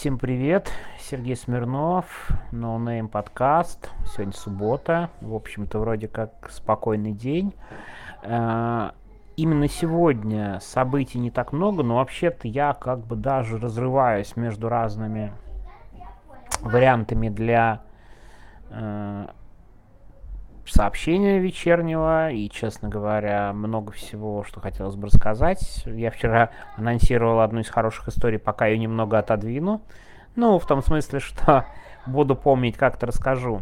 Всем привет, Сергей Смирнов, No Name подкаст. Сегодня суббота, в общем-то, вроде как спокойный день. Именно сегодня событий не так много, но вообще-то я как бы даже разрываюсь между разными вариантами для сообщения вечернего, и, честно говоря, много всего, что хотелось бы рассказать. Я вчера анонсировал одну из хороших историй, пока ее немного отодвину. Ну, в том смысле, что буду помнить, как-то расскажу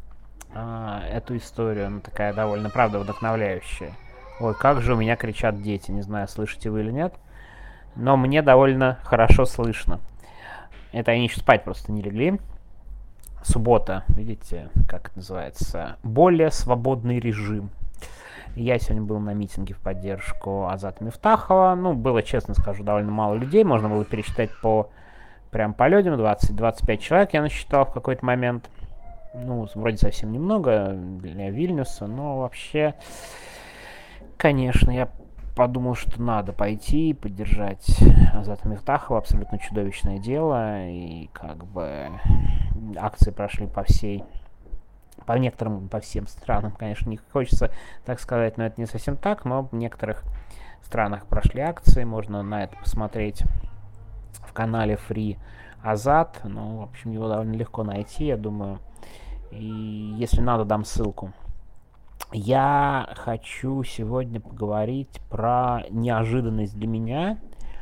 эту историю. Она такая довольно, правда, вдохновляющая. Ой, как же у меня кричат дети, не знаю, слышите вы или нет, но мне довольно хорошо слышно. Это они еще спать просто не легли. Суббота, видите, как это называется, более свободный режим. Я сегодня был на митинге в поддержку Азата Мифтахова. Ну, было, честно скажу, довольно мало людей. Можно было пересчитать прям по людям. 20-25 человек я насчитал в какой-то момент. Ну, вроде совсем немного для Вильнюса, но вообще, конечно, я подумал, что надо пойти и поддержать Азата Мифтахова. Абсолютно чудовищное дело. И как бы акции прошли по некоторым, по всем странам, конечно, не хочется так сказать, но это не совсем так, но в некоторых странах прошли акции, можно на это посмотреть в канале Free Азат, ну, в общем, его довольно легко найти, я думаю, и если надо, дам ссылку. Я хочу сегодня поговорить про неожиданность для меня,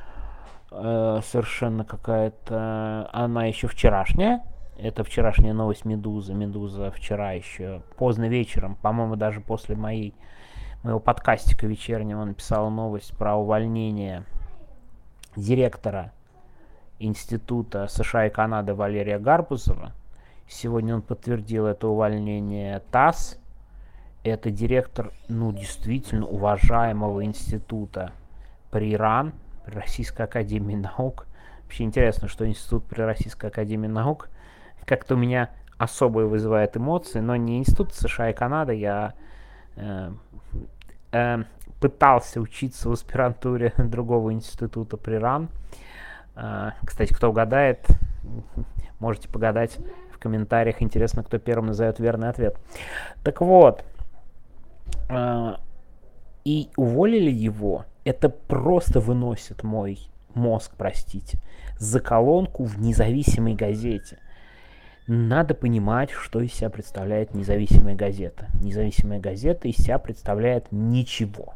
совершенно какая-то, она еще вчерашняя. Это вчерашняя новость Медузы. Медуза вчера еще поздно вечером, по-моему, даже после моего подкастика вечернего написала новость про увольнение директора Института США и Канады Валерия Гарбузова. Сегодня он подтвердил это увольнение ТАСС. Это директор, ну, действительно уважаемого института при РАН, при Российской Академии Наук. Вообще интересно, что институт при Российской Академии Наук как-то у меня особые вызывает эмоции, но не институт США и Канады. Я пытался учиться в аспирантуре другого института при РАН. Кстати, кто угадает, можете погадать в комментариях. Интересно, кто первым назовет верный ответ. Так вот, и уволили его. Это просто выносит мой мозг, простите, за колонку в независимой газете. Надо понимать, что из себя представляет независимая газета. Независимая газета из себя представляет ничего.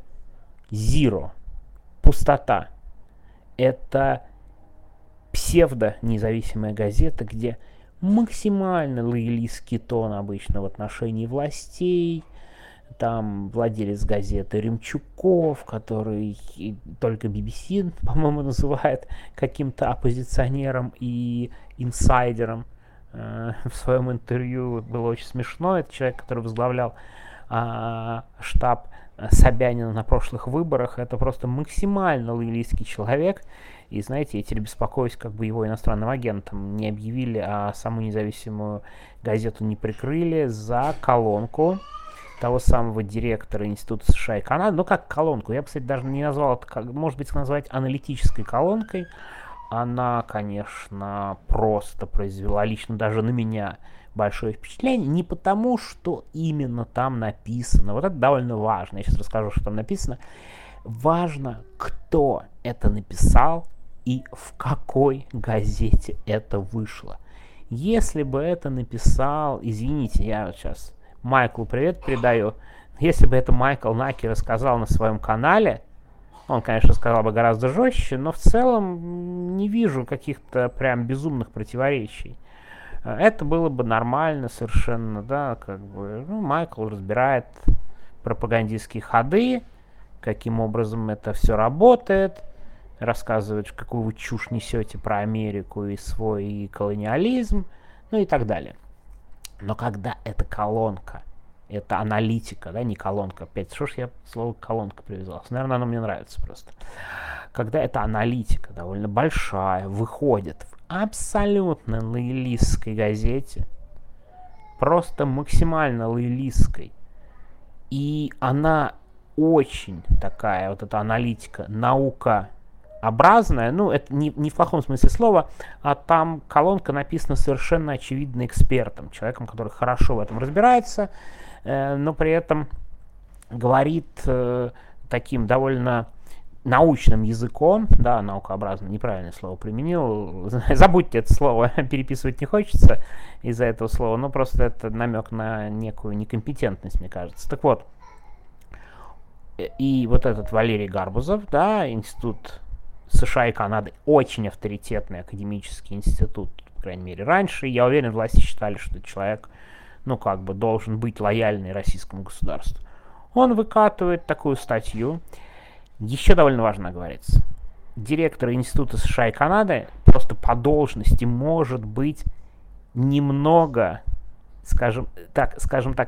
Zero. Пустота. Это псевдо-независимая газета, где максимально лоялистский тон обычно в отношении властей. Там владелец газеты Ремчуков, который только BBC, по-моему, называет каким-то оппозиционером и инсайдером. В своем интервью было очень смешно. Это человек, который возглавлял штаб Собянина на прошлых выборах. Это просто максимально лоялистский человек. И, знаете, я теперь беспокоюсь, как бы его иностранным агентом не объявили, а саму независимую газету не прикрыли за колонку того самого директора Института США и Канады. Ну, как колонку. Я бы, кстати, даже не назвал это, может быть, назвать аналитической колонкой. Она, конечно, просто произвела лично даже на меня большое впечатление. Не потому, что именно там написано. Вот это довольно важно. Я сейчас расскажу, что там написано. Важно, кто это написал и в какой газете это вышло. Если бы это написал, извините, я вот сейчас Майклу привет передаю. Если бы это Майкл Наки рассказал на своем канале, он, конечно, сказал бы гораздо жестче, но в целом не вижу каких-то прям безумных противоречий. Это было бы нормально совершенно, да, как бы, ну, Майкл разбирает пропагандистские ходы, каким образом это все работает, рассказывает, какую вы чушь несете про Америку и свой колониализм, ну и так далее. Но когда это колонка, это аналитика, да, не колонка, опять, что ж я слово колонка привязался, наверное, оно мне нравится просто. Когда эта аналитика довольно большая, выходит в абсолютно лоялистской газете, просто максимально лоялистской, и она очень такая, вот эта аналитика, наука образная, ну, это не в плохом смысле слова, а там колонка написана совершенно очевидно экспертом, человеком, который хорошо в этом разбирается, но при этом говорит таким довольно научным языком, да, наукообразно, неправильное слово применил, забудьте это слово, переписывать не хочется из-за этого слова, но просто это намек на некую некомпетентность, мне кажется. Так вот, и вот этот Валерий Гарбузов, да, институт США и Канады, очень авторитетный академический институт, по крайней мере, раньше, я уверен, власти считали, что человек, ну, как бы, должен быть лояльный российскому государству. Он выкатывает такую статью. Еще довольно важно оговориться. Директор Института США и Канады просто по должности может быть немного, скажем так,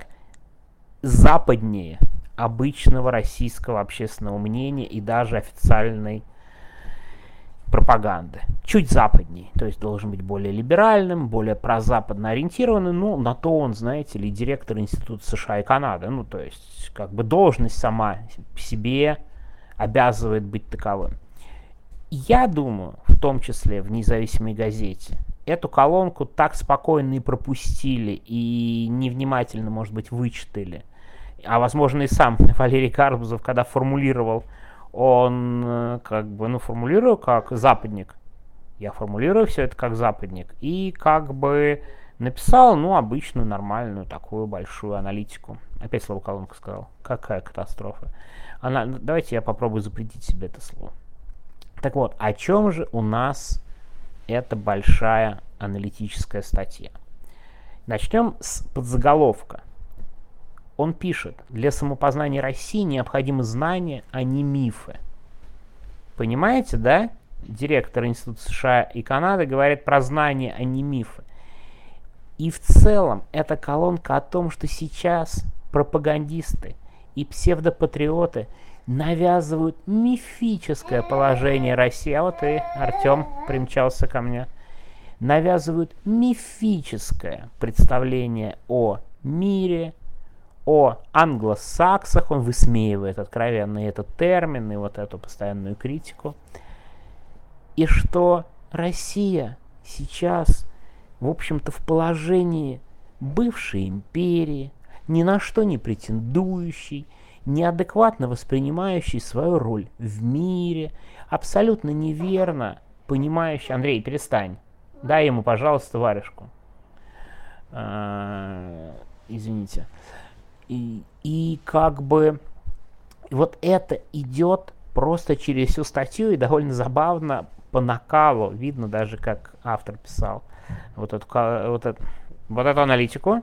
западнее обычного российского общественного мнения и даже официальной пропаганды. Чуть западнее, то есть должен быть более либеральным, более прозападно ориентированным, ну, на то он, знаете ли, директор Института США и Канады, ну, то есть, как бы должность сама по себе обязывает быть таковым. Я думаю, в том числе в «Независимой газете», эту колонку так спокойно и пропустили, и невнимательно, может быть, вычитали. А, возможно, и сам Валерий Гарбузов, когда формулировал, он как бы, ну, формулировал как западник. Я формулирую все это как западник. И как бы написал, ну, обычную, нормальную, такую большую аналитику. Опять слово колонка сказал. Какая катастрофа. Давайте я попробую запретить себе это слово. Так вот, о чем же у нас эта большая аналитическая статья? Начнем с подзаголовка. Он пишет: для самопознания России необходимо знание, а не мифы. Понимаете, да? Директор Института США и Канады говорит про знание, а не мифы. И в целом эта колонка о том, что сейчас пропагандисты и псевдопатриоты навязывают мифическое положение России. А вот и Артем примчался ко мне. Навязывают мифическое представление о мире, о англосаксах. Он высмеивает откровенно этот термин и вот эту постоянную критику. И что Россия сейчас, в общем-то, в положении бывшей империи, ни на что не претендующий, неадекватно воспринимающий свою роль в мире, абсолютно неверно понимающий... Андрей, перестань. Дай ему, пожалуйста, варежку. Извините. И как бы вот это идет просто через всю статью, и довольно забавно по накалу. Видно даже, как автор писал вот эту аналитику.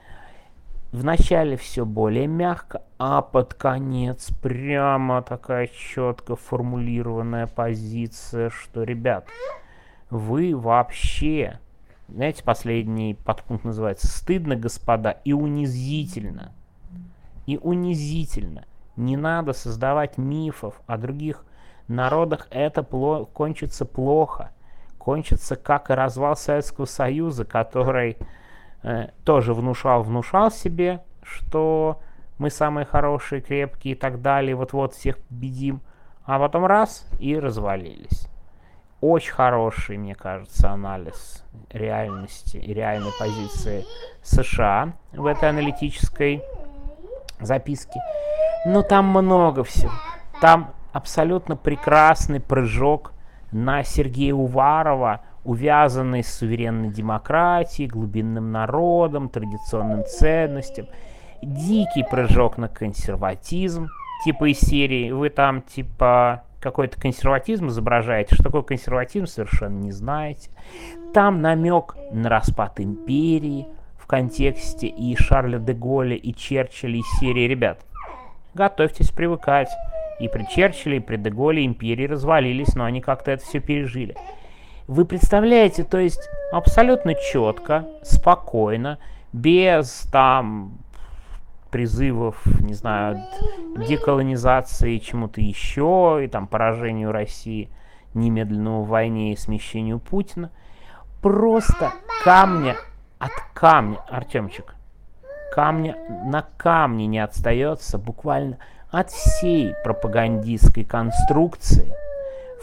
Вначале все более мягко, а под конец прямо такая четко формулированная позиция, что, ребят, вы вообще, знаете, последний подпункт называется «Стыдно, господа, и унизительно». И унизительно. Не надо создавать мифов о других народах, это кончится плохо. Кончится, как и развал Советского Союза, который... тоже внушал себе, что мы самые хорошие, крепкие и так далее, вот-вот всех победим, а потом раз и развалились. Очень хороший, мне кажется, анализ реальности и реальной позиции США в этой аналитической записке. Но там много всего. Там абсолютно прекрасный прыжок на Сергея Уварова, увязанный с суверенной демократией, глубинным народом, традиционным ценностям. Дикий прыжок на консерватизм, типа из серии «Вы там типа какой-то консерватизм изображаете, что такое консерватизм, совершенно не знаете». Там намек на распад империи в контексте и Шарля де Голля, и Черчилля из серии «Ребят, готовьтесь привыкать». И при Черчилле, и при де Голле империи развалились, но они как-то это все пережили. Вы представляете, то есть абсолютно четко, спокойно, без там призывов, не знаю, деколонизации, чему-то еще, и там поражению России, немедленному в войне и смещению Путина, просто камня от камня, Артемчик, камня на камне не отстается буквально от всей пропагандистской конструкции,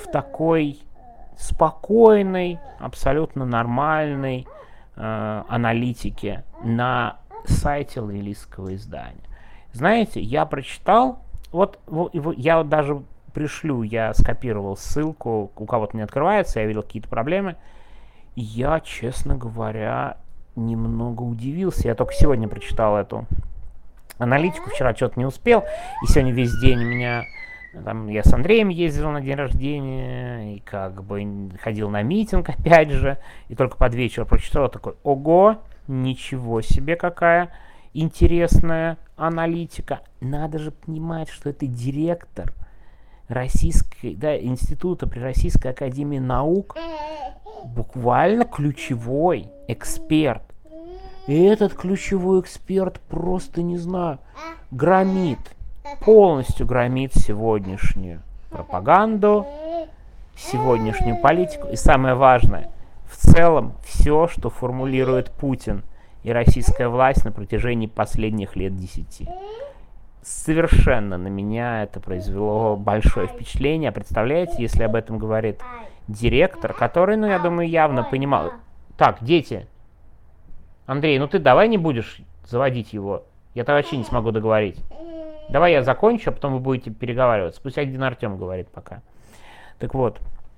в такой спокойной, абсолютно нормальной аналитике на сайте лоялистского издания. Знаете, я прочитал, я вот даже пришлю, я скопировал ссылку, у кого-то не открывается, я видел какие-то проблемы. Я, честно говоря, немного удивился. Я только сегодня прочитал эту аналитику, вчера что-то не успел, и сегодня весь день у меня... Там я с Андреем ездил на день рождения, и как бы ходил на митинг опять же, и только под вечер прочитал такой: ого, ничего себе, какая интересная аналитика. Надо же понимать, что это директор института при Российской академии наук, буквально ключевой эксперт. И этот ключевой эксперт просто, не знаю, полностью громит сегодняшнюю пропаганду, сегодняшнюю политику. И самое важное, в целом все, что формулирует Путин и российская власть на протяжении последних лет 10. Совершенно на меня это произвело большое впечатление. Представляете, если об этом говорит директор, который, я думаю, явно понимал. Так, дети, Андрей, ты давай не будешь заводить его. Я-то вообще не смогу договорить. Давай я закончу, а потом вы будете переговариваться. Пусть один Артем говорит пока. Так вот,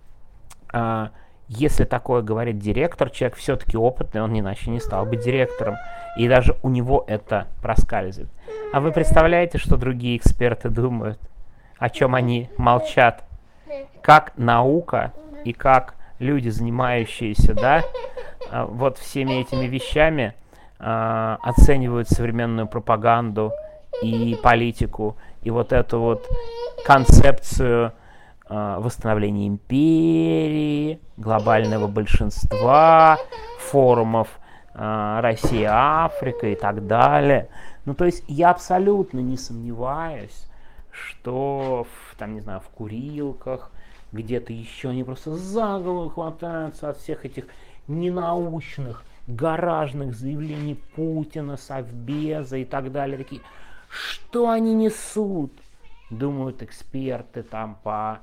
если такое говорит директор, человек все-таки опытный, он иначе не стал бы директором. И даже у него это проскальзывает. А вы представляете, что другие эксперты думают? О чем они молчат? Как наука и как люди, занимающиеся, вот всеми этими вещами, оценивают современную пропаганду и политику, и вот эту вот концепцию восстановления империи, глобального большинства, форумов Россия-Африка и так далее. То есть я абсолютно не сомневаюсь, что в курилках, где-то еще они просто за голову хватаются от всех этих ненаучных, гаражных заявлений Путина, Совбеза и так далее. Такие, что они несут? Думают эксперты по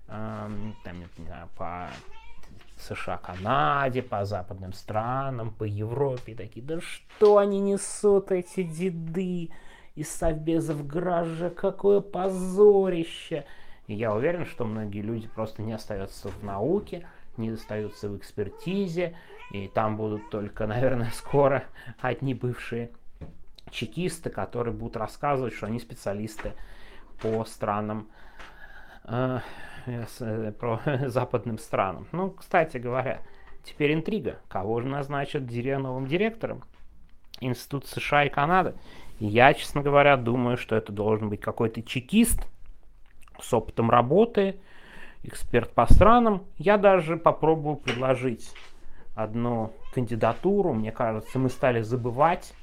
США, Канаде, по западным странам, по Европе. Такие, да что они несут, эти деды из Совбеза в гараже? Какое позорище! И я уверен, что многие люди просто не остаются в науке, не остаются в экспертизе, и там будут только, наверное, скоро одни бывшие чекисты, которые будут рассказывать, что они специалисты по странам, про западным странам. Кстати говоря, теперь интрига. Кого же назначат новым директором? Институт США и Канады. И я, честно говоря, думаю, что это должен быть какой-то чекист с опытом работы, эксперт по странам. Я даже попробую предложить одну кандидатуру. Мне кажется, мы стали забывать,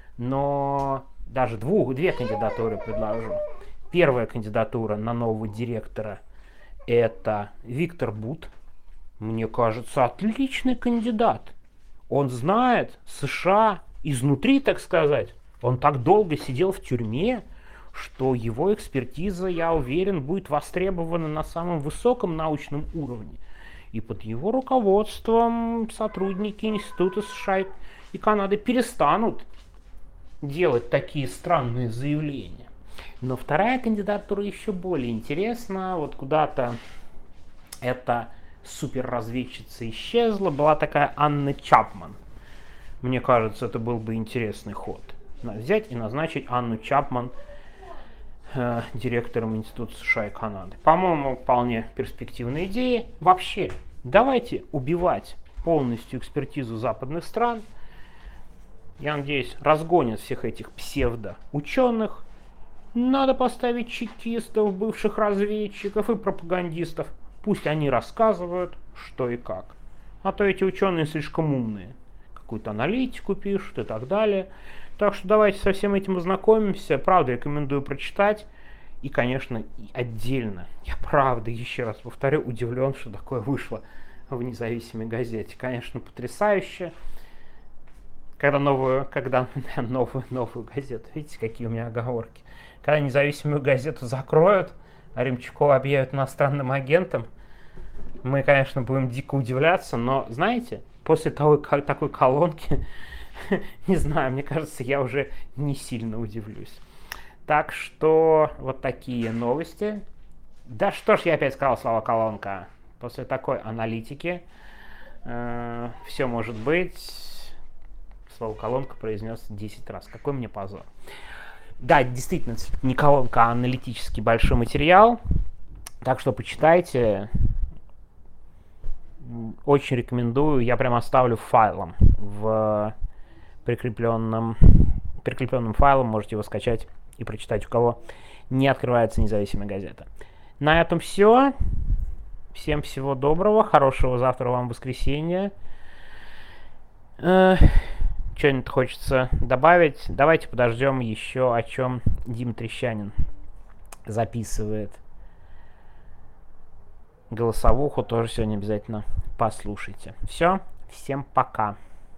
но даже две кандидатуры предложу. Первая кандидатура на нового директора — это Виктор Бут. Мне кажется, отличный кандидат. Он знает США изнутри, так сказать. Он так долго сидел в тюрьме, что его экспертиза, я уверен, будет востребована на самом высоком научном уровне. И под его руководством сотрудники Института США и Канады перестанут делать такие странные заявления. Но вторая кандидатура еще более интересна. Вот куда-то эта суперразведчица исчезла. Была такая Анна Чапман. Мне кажется, это был бы интересный ход. Взять и назначить Анну Чапман директором Института США и Канады. По-моему, вполне перспективная идея. Вообще, давайте убивать полностью экспертизу западных стран. Я надеюсь, разгонят всех этих псевдоученых. Надо поставить чекистов, бывших разведчиков и пропагандистов. Пусть они рассказывают, что и как. А то эти ученые слишком умные. Какую-то аналитику пишут и так далее. Так что давайте со всем этим ознакомимся. Правда, рекомендую прочитать. И, конечно, отдельно, я правда, еще раз повторю, удивлен, что такое вышло в независимой газете. Конечно, потрясающе. Когда новую газету, видите, какие у меня оговорки. Когда независимую газету закроют, а Ремчукова объявят иностранным агентом, мы, конечно, будем дико удивляться, но, знаете, после такой колонки, не знаю, мне кажется, я уже не сильно удивлюсь. Так что вот такие новости. Да что ж я опять сказал слово колонка. После такой аналитики все может быть. Слово колонка произнес 10 раз. Какой мне позор. Да, действительно, не колонка, а аналитический большой материал. Так что почитайте. Очень рекомендую. Я прям оставлю файлом в прикрепленным файлом. Можете его скачать и прочитать, у кого не открывается независимая газета. На этом все. Всем всего доброго. Хорошего завтра вам воскресенья. Что-нибудь хочется добавить? Давайте подождем еще, о чем Дима Трещанин записывает голосовуху. Тоже сегодня обязательно послушайте. Все. Всем пока.